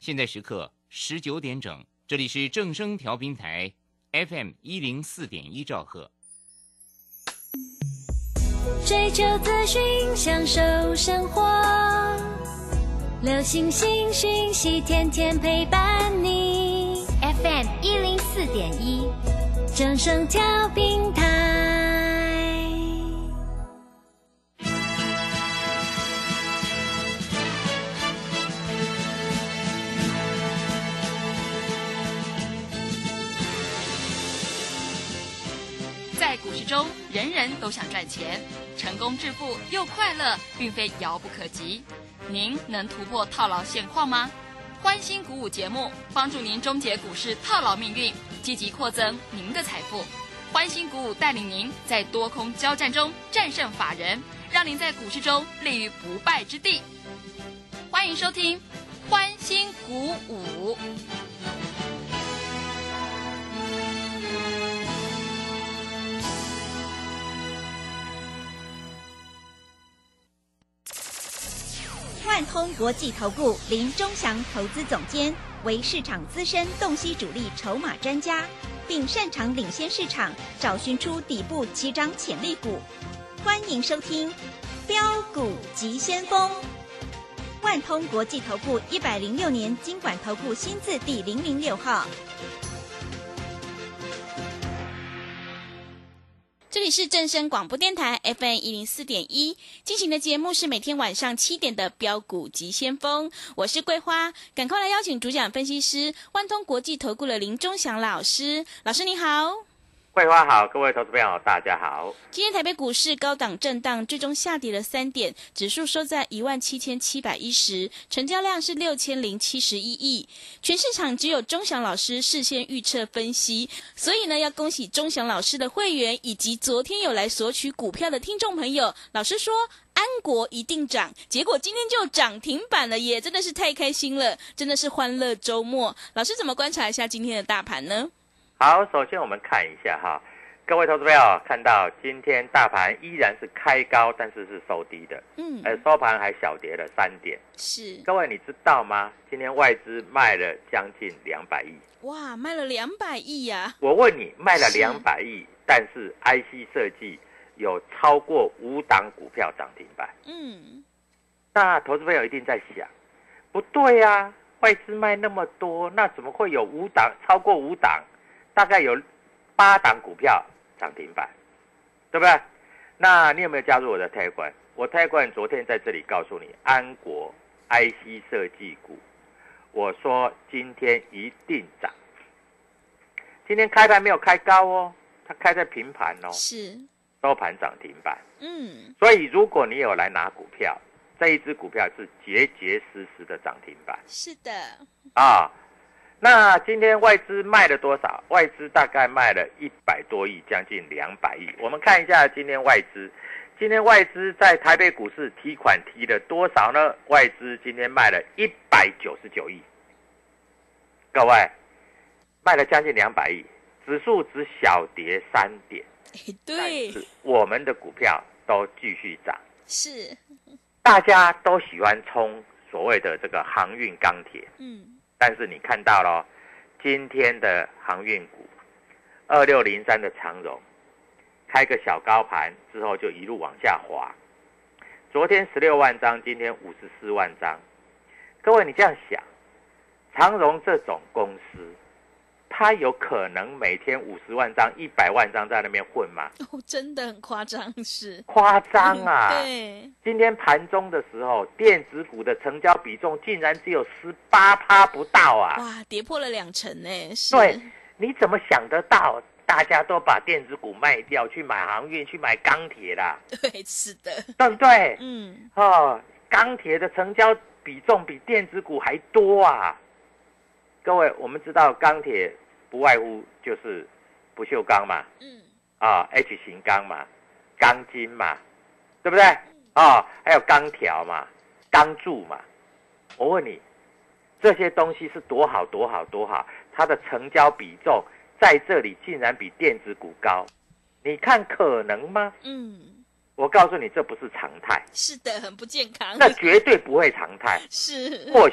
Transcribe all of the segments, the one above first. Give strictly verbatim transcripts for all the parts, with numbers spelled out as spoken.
现在时刻十九点整，这里是正声调频台 F M 一零四点一兆赫。 追求资讯，享受生活，流行新讯息，天天陪伴你。F M 一零四点一，正声调频台。 在股市中，人人都想赚钱，成功致富又快乐，并非遥不可及。您能突破套牢现况吗？欢欣鼓舞节目帮助您终结股市套牢命运，积极扩增您的财富。欢欣鼓舞带领您在多空交战中战胜法人，让您在股市中立于不败之地。欢迎收听欢欣鼓舞。 万通国际投顾林钟祥投资总监为市场资深洞悉主力筹码专家，并擅长领先市场，找寻出底部起涨潜力股。欢迎收听标股急先锋。万通国际投顾一百零六年金管投顾新字第零零六号。 这里是正声广播电台 F M 一零四点一，进行的节目是每天晚上七点的标股急先锋，我是桂花，赶快来邀请主讲分析师万通国际投顾的林钟祥老师。老师你好。 桂花好，各位投资朋友大家好。 今天台北股市高档震荡，最终下跌了三点，指数收在一万七千七百一十，成交量是六千零七十一亿。全市场只有钟祥老师事先预测分析，所以呢，要恭喜钟祥老师的会员以及昨天有来索取股票的听众朋友。老师说安国一定涨，结果今天就涨停板了耶，真的是太开心了，真的是欢乐周末。老师怎么观察一下今天的大盘呢？ 好，首先我们看一下哈，各位投资朋友看到今天大盘依然是开高，但是是收低的，嗯，呃，收盘还小跌了三点。 是， 各位你知道吗？今天外资卖了将近两百亿， 哇，卖了两百亿呀！ 我问你，卖了两百亿，但是 I C 设计有超过五档股票涨停板，嗯，那投资朋友一定在想，不对啊，外资卖那么多，那怎么会有五档超过五档？大概有八档股票涨停板，对不对？那你有没有加入我的Telegram馆？我Telegram馆昨天在这里告诉你，安国 I C 设计股，我说今天一定涨。今天开盘没有开高哦，它开在平盘哦， 是收盘涨停板。 嗯， 所以如果你有来拿股票，这一只股票是结结实实的涨停板。 是的啊。那今天外资卖了多少？外资大概卖了一百多亿，将近两百亿。我们看一下今天外资，今天外资在台北股市提款提了多少呢？外资今天卖了一百九十九亿，各位卖了将近两百亿，指数只小跌三点， 对， 但是我们的股票都继续涨， 是， 大家都喜欢冲所谓的这个航运钢铁，嗯。但是你看到了今天的航运股二六零三的长荣开个小高盘之后就一路往下滑，昨天十六万张，今天五十四万张。各位你这样想，长荣这种公司它有可能每天五十万张一百万张在那边混吗？ 哦，真的很夸张，是夸张啊。 对， 今天盘中的时候电子股的成交比重竟然只有 百分之十八 不到啊， 哇，跌破了两成耶。 对，你怎么想得到大家都把电子股卖掉去买航运去买钢铁啦？ 对，是的， 对不对？ 嗯， 哦，钢铁的成交比重比电子股还多啊。各位我们知道钢铁不外乎就是不锈钢嘛，嗯，啊 H 型钢嘛，钢筋嘛，对不对？啊，还有钢条嘛，钢柱嘛。我问你，这些东西是多好多好多好，它的成交比重在这里竟然比电子股高，你看可能吗？嗯，我告诉你，这不是常态。 是的，很不健康。 那绝对不会常态。 是， 或许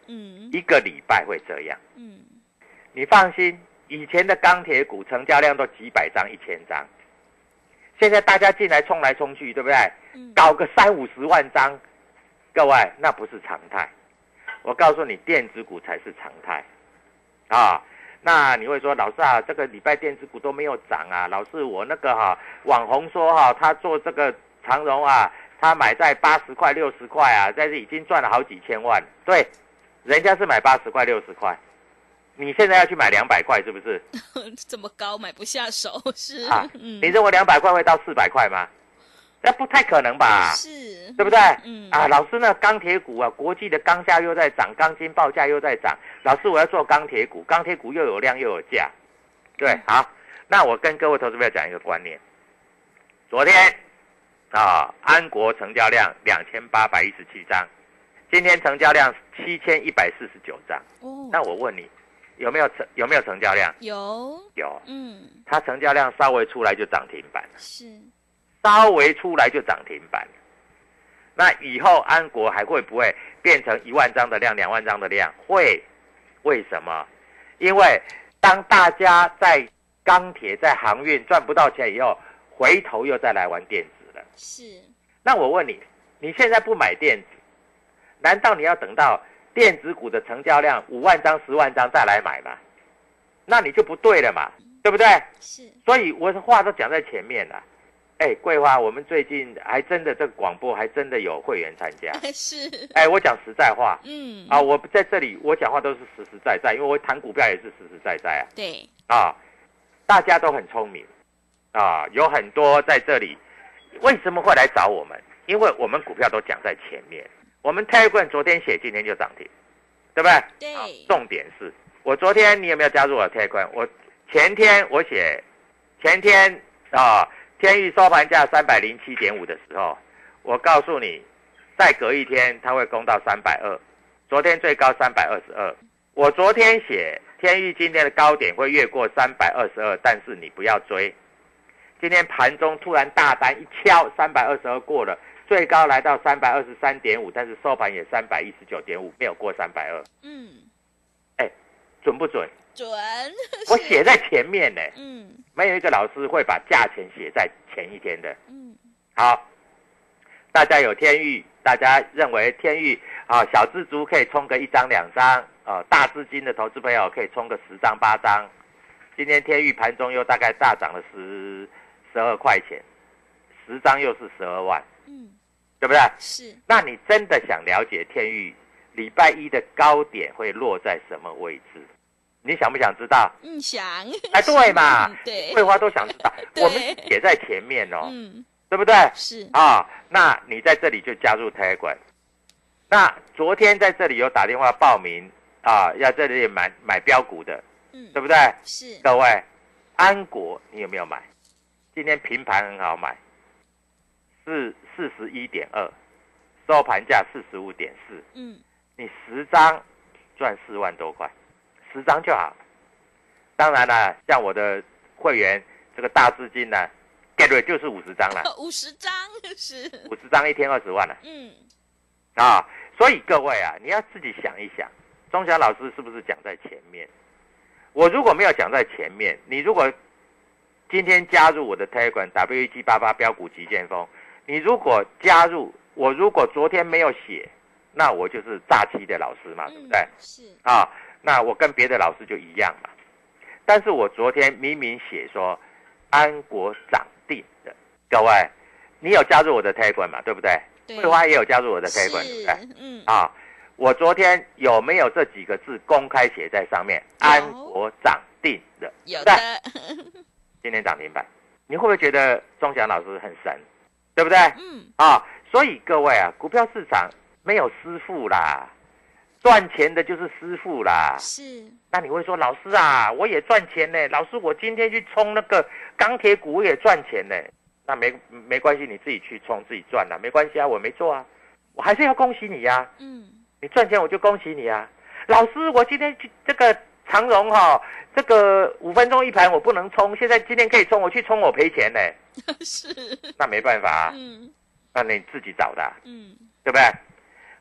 嗯， 一个礼拜会这样。 嗯， 你放心，以前的钢铁股成交量都几百张、一千张，现在大家进来冲来冲去，对不对？嗯，搞个三五十万张，各位那不是常态。我告诉你，电子股才是常态啊。那你会说，老师啊，这个礼拜电子股都没有涨啊。老师，我那个哈、啊、网红说哈、啊，他做这个长荣啊，他买在八十块、六十块啊，在这已经赚了好几千万。对，人家是买八十块、六十块，你现在要去买两百块，是不是？ 这么高买不下手是啊？嗯、你认为两百块会到四百块吗？那不太可能吧？ 是， 对不对？ 嗯啊，老师呢，钢铁股啊，国际的钢价又在涨，钢筋报价又在涨。老师，我要做钢铁股，钢铁股又有量又有价，对，好。那我跟各位投资朋友讲一个观念，昨天啊，安国成交量两千八百一十七张，今天成交量七千一百四十九张。哦，那我问你，有没有成有没有成交量？ 有， 有， 嗯， 它成交量稍微出来就涨停板了， 是。 稍微出来就涨停板，那以后安国还会不会变成一万张的量、两万张的量？会，为什么？因为当大家在钢铁、在航运赚不到钱以后，回头又再来玩电子了。 是。 那我问你，你现在不买电子，难道你要等到电子股的成交量五万张、十万张再来买吗？那你就不对了嘛，对不对？ 是。所以我的话都讲在前面了。哎，桂花，我们最近还真的这个广播还真的有会员参加， 是。 哎，我讲实在话， 嗯， 啊，我在这里我讲话都是实实在在，因为我谈股票也是实实在在啊。 对。 啊，大家都很聪明，啊，有很多在这里，为什么会来找我们？因为我们股票都讲在前面，我们 Telegram 昨天写，今天就涨停，对不对？ 对。 啊，重点是我昨天你有没有加入我的 Telegram？我前天我写，前天啊。天鈺收盘价三百零七点五的时候，我告诉你，再隔一天它会攻到三百二，昨天最高三百二十二。我昨天写天鈺今天的高点会越过三百二十二，但是你不要追。今天盘中突然大单一敲，三百二十二过了，最高来到三百二十三点五，但是收盘也三百一十九点五，没有过三百二。嗯，哎，准不准？ 准。 我写在前面呢。 嗯。 没有一个老师会把价钱写在前一天的。 嗯， 好，大家有天鈺，大家认为天鈺啊，小资族可以冲个一张两张啊，大资金的投资朋友可以冲个十张八张。今天天鈺盘中又大概大涨了十十二块钱，十张又是十二万。嗯，对不对？ 是。 那你真的想了解天鈺礼拜一的高点会落在什么位置？你想不想知道？ 嗯，想。 哎，对嘛， 对， 桂花都想知道，我们写在前面哦， 嗯， 对不对？ 是啊，那你在这里就加入 Telegram。那昨天在这里有打电话报名啊，要这里买买标股的，嗯，对不对？ 是。 各位，安国你有没有买？今天平盘很好买，是四十一点二，收盘价四十五点四，嗯，你十张赚四万多块。十张就好，当然了，像我的会员这个大资金呢 ，get 就是五十张了， 五十张是五十张一天二十万了， 嗯， 啊，所以各位啊，你要自己想一想，钟祥老师是不是讲在前面？我如果没有讲在前面，你如果今天加入我的 Telegram W 一七八八标股急剑锋，你如果加入，我如果昨天没有写，那我就是诈欺的老师嘛，对不对？ 是啊。那我跟别的老师就一样嘛，但是我昨天明明写说安国涨定的，各位，你有加入我的 Telegram 嘛？对不对？桂花也有加入我的 Telegram， 对不对？嗯。啊，我昨天有没有这几个字公开写在上面？安国涨定的， 有的。 今天涨停板，你会不会觉得钟祥老师很神？对不对？ 嗯。 啊，所以各位啊，股票市场没有师傅啦。赚钱的就是师傅啦， 是。 那你会说，老师啊，我也赚钱呢。老师，我今天去冲那个钢铁股，我也赚钱呢。那没没关系，你自己去冲，自己赚啦，没关系啊，我没做啊，我还是要恭喜你呀、啊。 嗯， 你赚钱我就恭喜你啊。老师，我今天去这个长荣哈、哦，这个五分钟一盘我不能冲，现在今天可以冲，我去冲我赔钱呢。 是。 那没办法啊。 嗯。 那你自己找的、啊。 嗯。 对不对？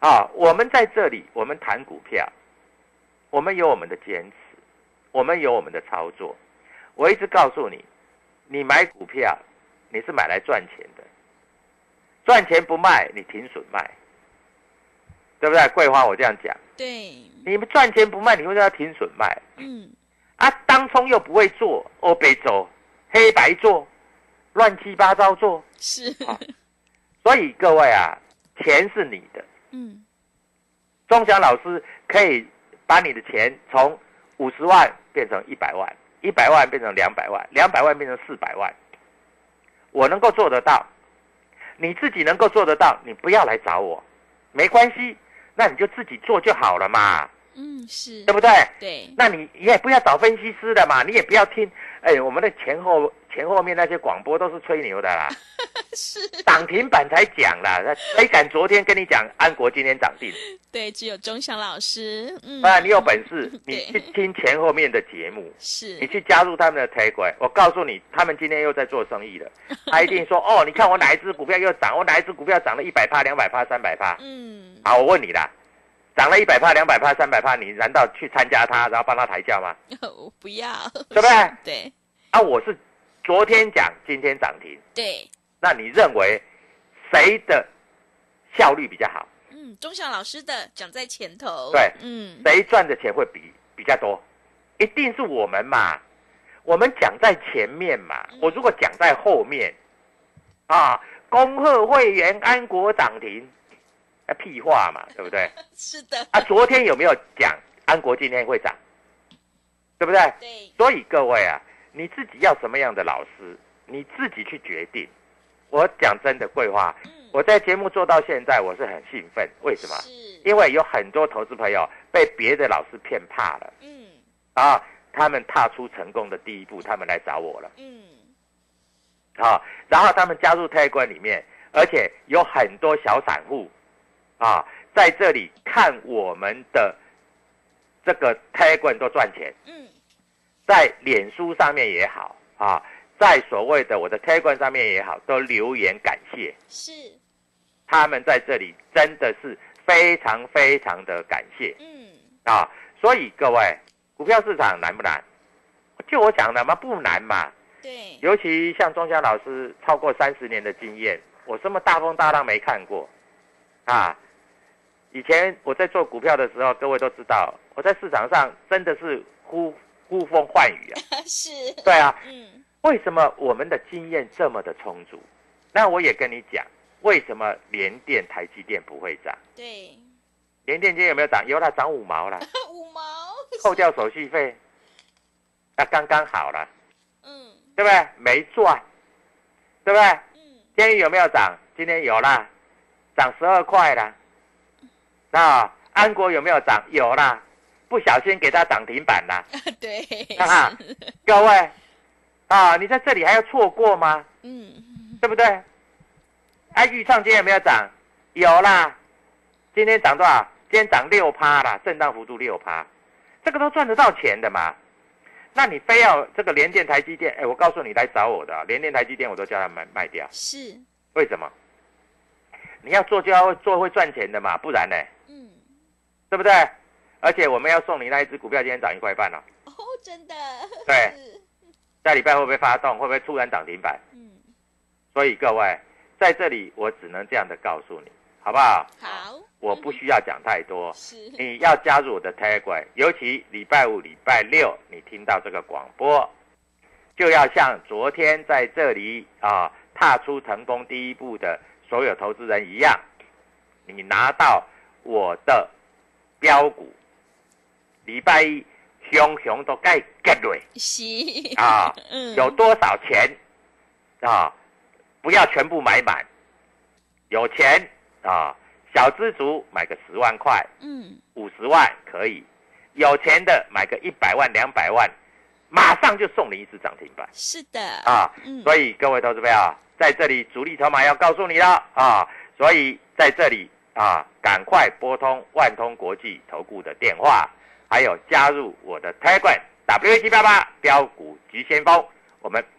啊，我们在这里，我们谈股票，我们有我们的坚持，我们有我们的操作。我一直告诉你，你买股票，你是买来赚钱的，赚钱不卖，你停损卖，对不对？桂花，我这样讲， 对， 你们赚钱不卖，你为什么要停损卖？ 嗯， 啊，当冲又不会做，欧北走，黑白做，乱七八糟做， 是， 啊，所以各位啊，钱是你的。 嗯， 钟祥老师可以把你的钱从五十万变成一百万，一百万变成两百万，两百万变成四百万，我能够做得到，你自己能够做得到，你不要来找我，没关系，那你就自己做就好了嘛。 嗯，是， 对不对？ 对， 那你也不要找分析师的嘛，你也不要听，哎，我们的前后前后面那些广播都是吹牛的啦， 是涨停板才讲啦，谁敢昨天跟你讲安国今天涨停？ 对，只有钟祥老师，嗯， 啊，你有本事，你去听前后面的节目， 是， 你去加入他们的 Telegram， 我告诉你，他们今天又在做生意了，他一定说，哦，你看我哪一只股票又涨，我哪一只股票涨了一百趴、两百趴、三百趴， 嗯， 好，我问你啦。涨了一百趴、两百趴、三百趴，你难道去参加他，然后帮他抬轿吗？ 我不要， 对不对？ 对。 啊，我是昨天讲，今天涨停。 对。 那你认为谁的效率比较好？ 嗯，钟祥老师的讲在前头。 对， 嗯， 谁赚的钱会比比较多？一定是我们嘛，我们讲在前面嘛。嗯、我如果讲在后面，啊，恭贺会员安国涨停。啊，屁话嘛，对不对？ 是的。 啊，昨天有没有讲安国今天会涨？对不对？ 对。 所以各位啊，你自己要什么样的老师，你自己去决定。我讲真的，桂花，嗯、我在节目做到现在，我是很兴奋。为什么？是因为有很多投资朋友被别的老师骗怕了。嗯。啊，他们踏出成功的第一步，他们来找我了。嗯。好，然后他们加入Telegram里面，而且有很多小散户。啊，在这里看我们的这个 Telegram 都赚钱，嗯，在脸书上面也好啊，在所谓的我的 Telegram 上面也好，都留言感谢， 是， 他们在这里真的是非常非常的感谢，嗯，啊，所以各位，股票市场难不难？就我讲的嘛，不难嘛， 对， 尤其像钟祥老师超过三十年的经验，我什么大风大浪没看过，啊。以前我在做股票的时候，各位都知道，我在市场上真的是呼呼风唤雨啊。 是。 对啊。 嗯。 为什么我们的经验这么的充足？那我也跟你讲，为什么联电、台积电不会涨？ 对。 联电今天有没有涨？有啦，涨五毛啦。 五毛。 扣掉手续费，那刚刚好了。 嗯。 对不对？没赚，对不对？ 嗯。 天宇有没有涨？今天有啦，涨十二块啦。那安国有没有涨？有啦，不小心给它涨停板啦。 对， 啊，各位啊，你在这里还要错过吗？嗯，对不对？啊，裕创今天有没有涨？有啦，今天涨多少？今天涨六趴啦，震荡幅度六趴，这个都赚得到钱的嘛。那你非要这个联电、台积电？哎，我告诉你，来找我的联电、台积电，我都叫他们卖掉。 是， 为什么？你要做就要做会赚钱的嘛，不然呢？嗯，对不对？而且我们要送你那一只股票，今天涨一块半了。 哦，真的。 对，下礼拜会不会发动？会不会突然涨停板？嗯。所以各位在这里，我只能这样的告诉你，好不好？ 好。 我不需要讲太多。 是。 你要加入我的 Telegram， 尤其礼拜五、礼拜六，你听到这个广播，就要像昨天在这里啊踏出成功第一步的所有投资人一样，你拿到我的标股，礼拜一熊熊都该get落， 是啊，嗯、有多少钱啊？不要全部买满，有钱啊，小资族买个十万块，嗯，五十万可以，有钱的买个一百万、两百万，马上就送你一只涨停板。 是的， 啊，嗯、所以各位投资朋友，在这里主力筹码要告诉你了啊，所以在这里啊，赶快拨通万通国际投顾的电话，还有加入我的 Telegram W 七八八标股急先锋，我们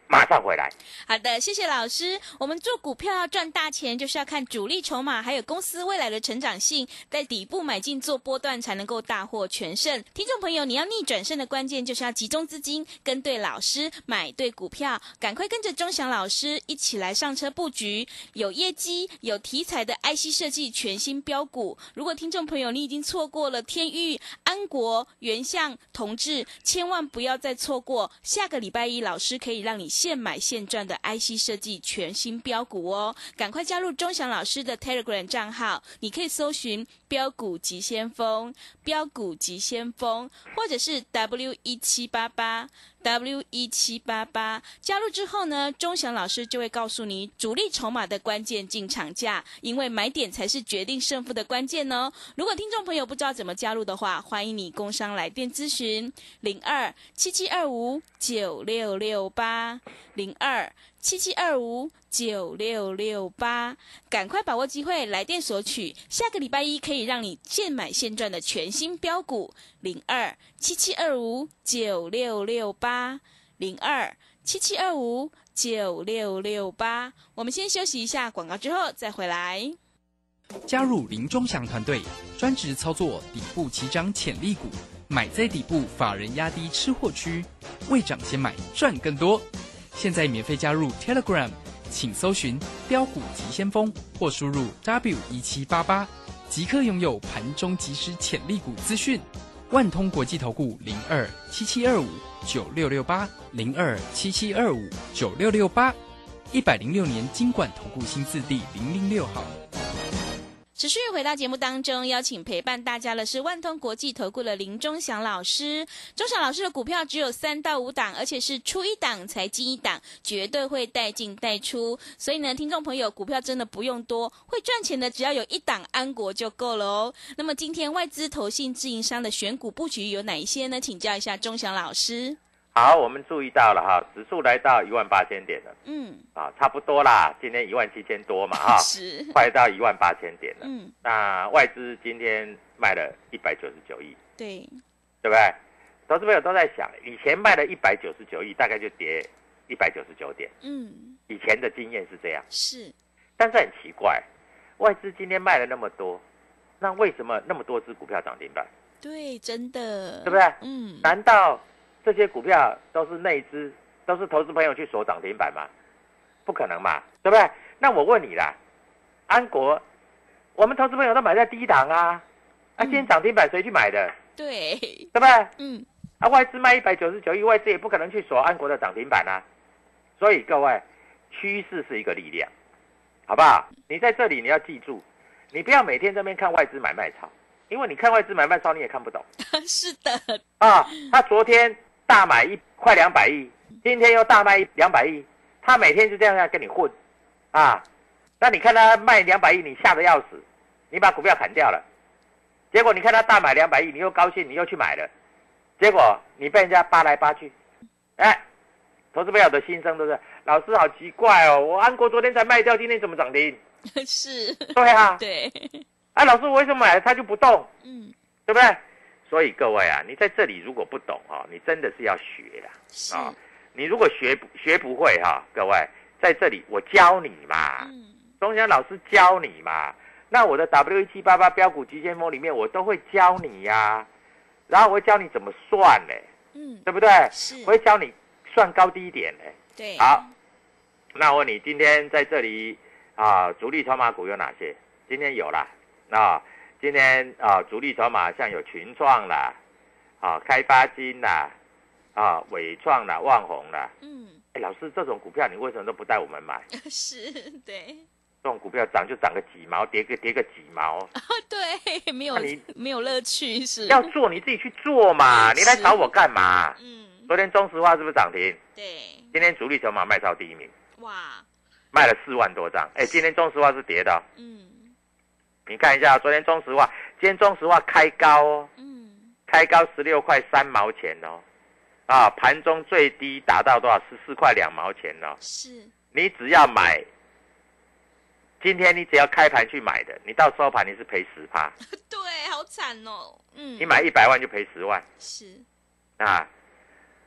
马上回来。 好的，谢谢老师。我们做股票要赚大钱，就是要看主力筹码，还有公司未来的成长性，在底部买进做波段，才能够大获全胜。听众朋友，你要逆转胜的关键，就是要集中资金，跟对老师，买对股票，赶快跟着钟祥老师一起来上车布局，有业绩、有题材的 I C 设计全新标股。如果听众朋友你已经错过了天钰、安国、原相、同致，千万不要再错过。下个礼拜一，老师可以让你现买现赚的 I C 设计全新标股哦，赶快加入钟祥老师的 Telegram 账号，你可以搜寻标股急先锋、标股急先锋，或者是 W 一七八八 W 一七八八，加入之后呢，钟祥老师就会告诉你主力筹码的关键进场价，因为买点才是决定胜负的关键哦。如果听众朋友不知道怎么加入的话，欢迎你工商来电咨询零二七七二五九六六八零二七七二五九六六八，赶快把握机会来电索取，下个礼拜一可以让你现买现赚的全新标股零二七七二五九六六八零二七七二五九六六八。我们先休息一下广告，之后再回来。 加入林钟祥团队，专职操作底部起涨潜力股，买在底部，法人压低吃货区，未涨先买赚更多。现在免费加入 Telegram， 请搜寻标股急先锋或输入 W 一七八八，即刻拥有盘中即时潜力股资讯。万通国际投顾零二七七二五九六六八零二七七二五九六六八，一百零六年金管投顾新字第零零六号。 持续回到节目当中，邀请陪伴大家的是万通国际投顾的林钟祥老师。钟祥老师的股票只有三到五档，而且是出一档才进一档，绝对会带进带出。所以呢，听众朋友，股票真的不用多，会赚钱的只要有一档安国就够了哦。那么今天外资、投信、自营商的选股布局有哪一些呢？请教一下钟祥老师。 好，我们注意到了哈，指数来到一万八千点了，嗯，啊，差不多啦，今天一万七千多嘛，哈， 是， 快到一万八千点了， 嗯， 那外资今天卖了一百九十九亿， 对， 对不对？投资朋友都在想，以前卖了一百九十九亿，大概就跌一百九十九点，嗯，以前的经验是这样， 是， 但是很奇怪，外资今天卖了那么多，那为什么那么多只股票涨停板？ 对，真的， 对不对？ 嗯， 难道这些股票都是内资，都是投资朋友去锁涨停板吗？不可能嘛，对不对？那我问你啦，安国，我们投资朋友都买在低档啊，啊，今天涨停板谁去买的？ 对， 对不对？ 嗯， 啊，外资卖一百九十九亿，外资也不可能去锁安国的涨停板啊。所以各位，趋势是一个力量，好不好？你在这里你要记住，你不要每天在那边看外资买卖超，因为你看外资买卖超你也看不懂。 是的， 啊，他昨天大买一快两百亿，今天又大卖两百亿，他每天就这样跟你混，啊，那你看他卖两百亿，你吓得要死，你把股票砍掉了，结果你看他大买两百亿，你又高兴，你又去买了，结果你被人家扒来扒去，哎，投资朋友的心声都是，老师好奇怪哦，我安国昨天才卖掉，今天怎么涨停？ 是， 对啊， 对， 啊，老师我为什么买了他就不动？ 嗯， 对不对？所以各位啊，你在这里如果不懂哈、哦，你真的是要学啦啊、哦！你如果学学不会哈、哦，各位在这里我教你嘛，嗯，钟祥老师教你嘛。那我的 W 一七八八标股急先锋里面我都会教你呀、啊，然后我会教你怎么算呢，嗯，对不对？是，我会教你算高低点呢。 对， 好，那我问你，今天在这里啊，主力筹码股有哪些？今天有啦，啊。今天啊，主力筹码像有群创啦，啊，开发金啦，啊，伟创啦，旺宏啦，嗯，哎，老师，这种股票你为什么都不带我们买？ 是，对， 这种股票涨就涨个几毛，跌个跌个几毛， 哦，对，没有你没有乐趣，是要做你自己去做嘛，你来找我干嘛？嗯，昨天中石化是不是涨停？ 对， 今天主力筹码卖超第一名， 哇， 卖了四万多张，哎，今天中石化是跌的， 嗯。 你看一下，昨天中石化，今天中石化开高哦，嗯，开高十六块三毛钱哦，啊，盘中最低达到多少？十四块两毛钱哦。 是， 你只要买，今天你只要开盘去买的，你到收盘你是赔十趴。 对，好惨哦，嗯， 你买一百万就赔十万。 是， 啊，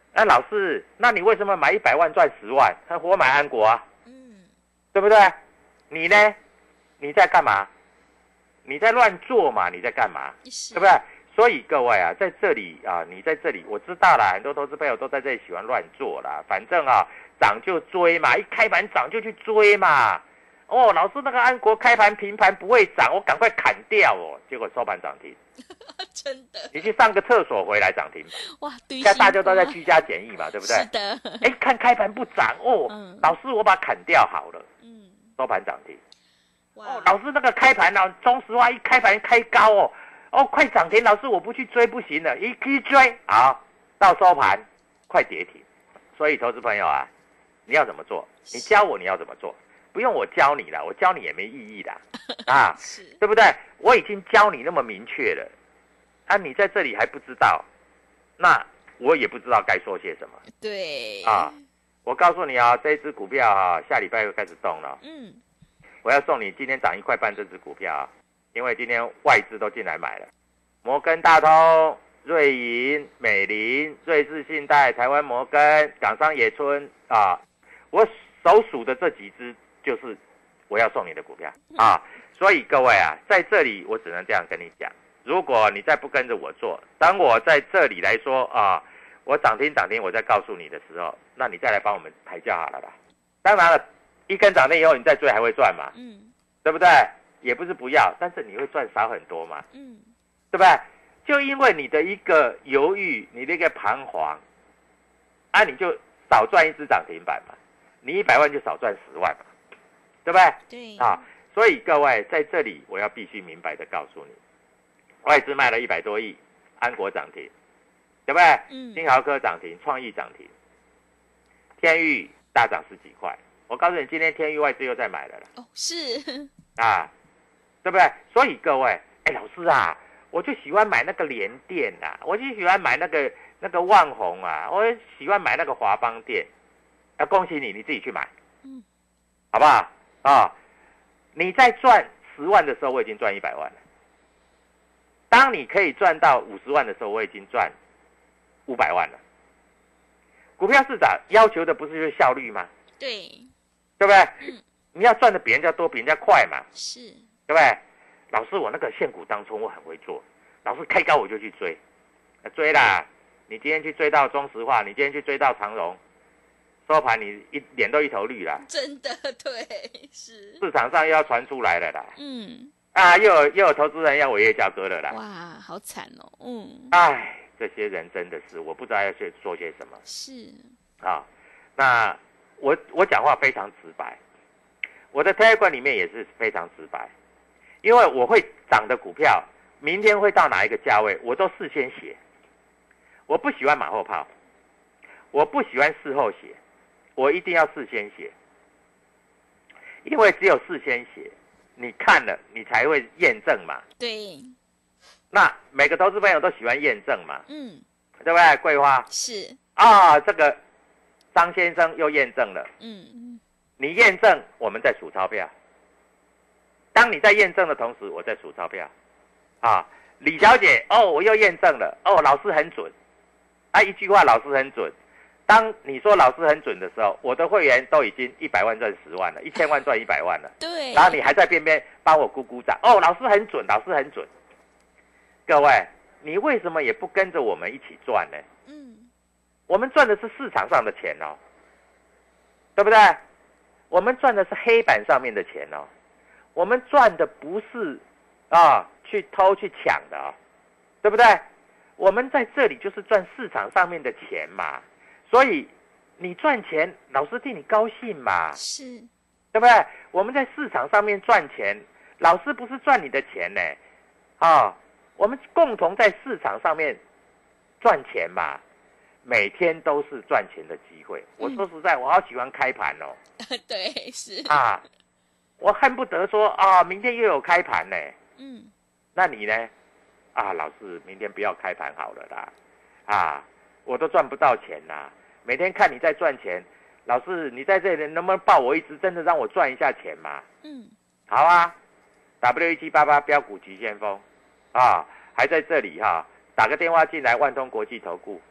那、啊、老师，那你为什么买一百万赚十万？我买安国啊， 嗯， 对不对？你呢？你在干嘛？你在乱做嘛？你在干嘛？对不对？所以各位啊，在这里啊，你在这里，我知道啦，很多投资朋友都在这里喜欢乱做啦。反正啊，涨就追嘛，一开盘涨就去追嘛。哦，老师那个安国开盘平盘不会涨，我赶快砍掉哦。结果收盘涨停， 真的。 你去上个厕所回来涨停板。 哇， 现在大家都在居家检疫嘛，对不对？ 是的。 哎，看开盘不涨哦、嗯，老师我把它砍掉好了。嗯，收盘涨停。哦，老师那个开盘呢，中石化一开盘开高哦。哦，快涨停！老师，我不去追不行了，一一追，好，到收盘，快跌停。所以，投资朋友啊，你要怎么做？你教我你要怎么做，不用我教你了，我教你也没意义的啊，对不对？我已经教你那么明确了，啊，你在这里还不知道，那我也不知道该说些什么。 对啊，我告诉你啊，这一只股票啊，下礼拜又开始动了。嗯，我要送你今天涨一块半这只股票啊。因为今天外资都进来买了，摩根大通、瑞银、美林、瑞士信贷、台湾摩根、港商野村啊，我手数的这几只就是我要送你的股票啊。所以各位啊，在这里我只能这样跟你讲，如果你再不跟着我做，当我在这里来说啊，我涨停涨停，我再告诉你的时候，那你再来帮我们抬价好了吧。当然了，一根涨停以后你再追还会赚嘛，嗯，对不对？也不是不要，但是你会赚少很多嘛，嗯，对不对？就因为你的一个犹豫，你的一个彷徨，啊，你就少赚一只涨停板嘛，你一百万就少赚十万嘛，对不对？ 对啊，所以各位在这里我要必须明白的告诉你，外资卖了一百多亿，安国涨停，对不对？嗯，金豪科涨停，创意涨停，天钰大涨十几块，我告诉你，今天天钰外资又在买了啦。 哦，是啊。对不对？所以各位，哎，老师啊，我就喜欢买那个联电啊，我就喜欢买那个那个万宏啊，我喜欢买那个华邦电。要、啊、恭喜你，你自己去买，嗯，好不好？啊，你在赚十万的时候，我已经赚一百万了。当你可以赚到五十万的时候，我已经赚五百万了。股票市场要求的不是就是效率吗？ 对， 对不对？嗯，你要赚的比人家多，比人家快嘛。 是。 对不对？老师，我那个现股当冲我很会做，老师开高我就去追，追啦！你今天去追到中石化，你今天去追到长荣，收盘你一脸都一头绿啦。 真的，对，是。 市场上又要传出来了啦。 嗯。 啊，又有又有投资人要违约交割了啦。 哇，好惨哦。嗯。 哎，这些人真的是，我不知道要去说些什么。 是。 啊，那我我讲话非常直白，我的 Telegram 里面也是非常直白。因为我会涨的股票，明天会到哪一个价位，我都事先写。我不喜欢马后炮，我不喜欢事后写，我一定要事先写。因为只有事先写，你看了你才会验证嘛。 对。 那每个投资朋友都喜欢验证嘛。嗯。对不对？桂花。 是。 啊，这个张先生又验证了。嗯。你验证，我们再数钞票。当你在验证的同时，我在数钞票，啊，李小姐，哦，我又验证了，哦，老师很准，啊，一句话，老师很准。当你说老师很准的时候，我的会员都已经一百万赚十万了，一千万赚一百万了， 对。 然后你还在边边帮我鼓鼓掌，哦，老师很准，老师很准。各位，你为什么也不跟着我们一起赚呢？嗯，我们赚的是市场上的钱哦，对不对？我们赚的是黑板上面的钱哦。我们赚的不是啊去偷去抢的啊，对不对？我们在这里就是赚市场上面的钱嘛，所以你赚钱，老师替你高兴嘛， 是， 对不对？我们在市场上面赚钱，老师不是赚你的钱呢，啊，我们共同在市场上面赚钱嘛，每天都是赚钱的机会。我说实在，我好喜欢开盘哦， 对，是啊。我恨不得说啊，明天又有开盘呢。嗯，那你呢？啊，老师，明天不要开盘好了啦。啊，我都赚不到钱啦。每天看你在赚钱，老师，你在这里能不能抱我一只，真的让我赚一下钱嘛？嗯，好啊。W 一七八八标股急先锋，啊，还在这里哈、啊，打个电话进来，万通国际投顾，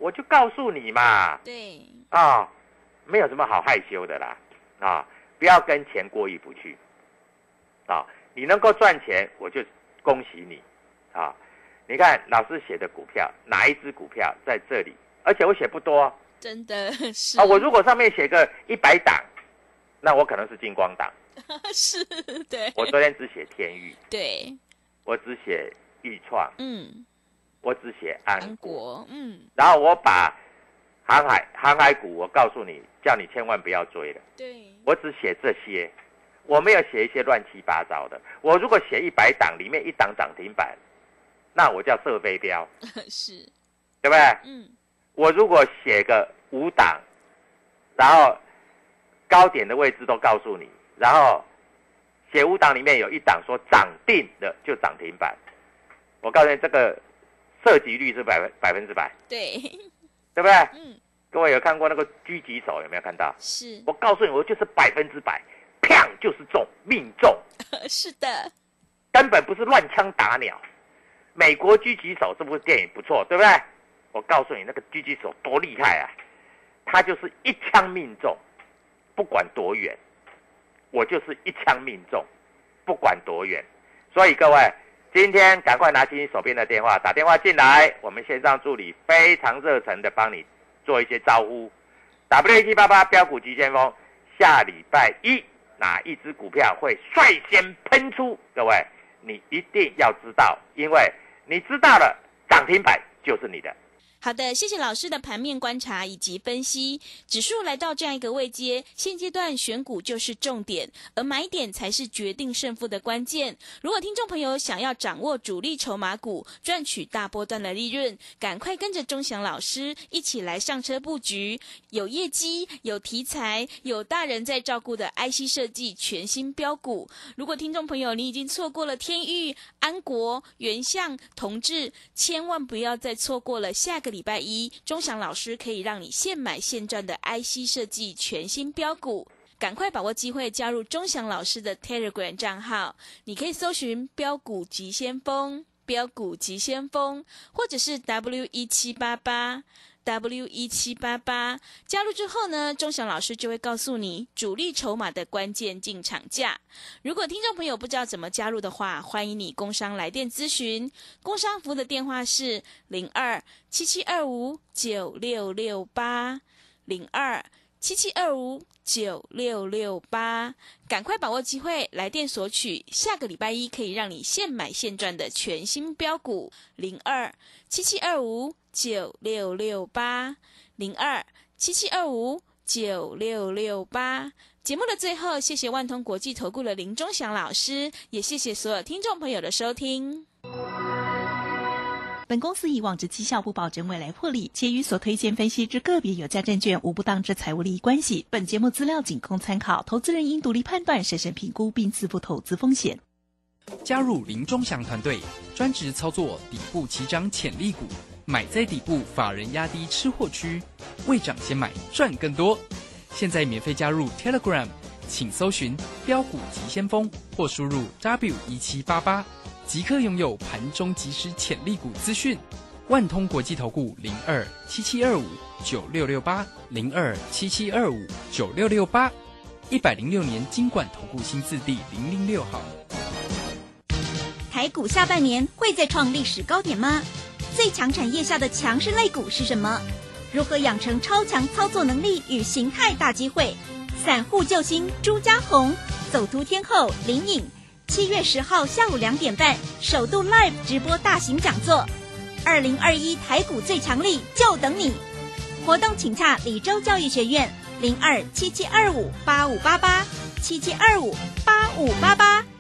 我就告诉你嘛。 对。 啊、哦，没有什么好害羞的啦。啊、哦，不要跟钱过意不去。啊、哦，你能够赚钱，我就恭喜你。啊、哦，你看老师写的股票，哪一只股票在这里？而且我写不多。 真的是啊、哦，我如果上面写个一百档，那我可能是金光党。 是，对。 我昨天只写天域， 对。 我只写裕创， 嗯， 我只写安国， 安国嗯， 然后我把航海航海股，我告诉你，叫你千万不要追了。 对。我只写这些，我没有写一些乱七八糟的。我如果写一百档，里面一档涨停板，那我叫射飞镖， 是， 对不对？ 嗯。我如果写个五档，然后高点的位置都告诉你。然后写五档里面有一档说涨定的就涨停板，我告诉你这个涉及率是百分百分之百， 对， 对不对？ 嗯， 各位有看过那个狙击手有没有看到？ 是， 我告诉你，我就是百分之百，砰就是中，命中。 是的， 根本不是乱枪打鸟。美国狙击手这部电影不错，对不对？我告诉你，那个狙击手多厉害啊！他就是一枪命中，不管多远。我就是一枪命中，不管多远。所以各位，今天赶快拿起你手边的电话，打电话进来，我们线上助理非常热忱的帮你做一些招呼。W 一七八八标股急先锋，下礼拜一哪一只股票会率先喷出？各位，你一定要知道，因为你知道了，涨停板就是你的。 好的，谢谢老师的盘面观察以及分析。指数来到这样一个位阶，现阶段选股就是重点，而买点才是决定胜负的关键。如果听众朋友想要掌握主力筹码股，赚取大波段的利润，赶快跟着钟祥老师一起来上车布局，有业绩、有题材、有大人在照顾的 I C 设计全新标股。如果听众朋友你已经错过了天域、安国、原相、同致，千万不要再错过了下个礼拜一，钟祥老师可以让你现买现赚的 I C 设计全新标股，赶快把握机会加入钟祥老师的 Telegram 账号，你可以搜寻标股急先锋、标股急先锋，或者是 W 一七八八。W 一七八八 加入之后呢，钟祥老师就会告诉你主力筹码的关键进场价。如果听众朋友不知道怎么加入的话，欢迎你工商来电咨询，工商服务的电话是零二七七二五九六六八 零二七七二五九六六八，赶快把握机会，来电索取下个礼拜一可以让你现买现赚的全新标股零二七七二五九六六八 零二七七二五九六六八。节目的最后，谢谢万通国际投顾的林钟祥老师，也谢谢所有听众朋友的收听。 本公司以往之绩效不保证未来获利，且与所推荐分析之个别有价证券无不当之财务利益关系。本节目资料仅供参考，投资人应独立判断、审慎评估并自负投资风险。 加入林钟祥团队，专职操作底部起涨潜力股，买在底部，法人压低吃货区，未涨先买赚更多。现在免费加入 Telegram， 请搜寻标股急先锋或输入 W 一七八八。即刻拥有盘中即时潜力股资讯。万通国际投顾零二七七二五九六六八零二七七二五九六六八，一百零六年金管投顾新字第零零六号。 台股下半年会再创历史高点吗？最强产业下的强势类股是什么？如何养成超强操作能力与形态大机会？散户救星朱家红，走图天后林颖。七月十号下午两点半，首度 live 直播大型讲座，二零二一台股最强力就等你。活动请洽李州教育学院零二七七二五八五八八七七二五八五八八。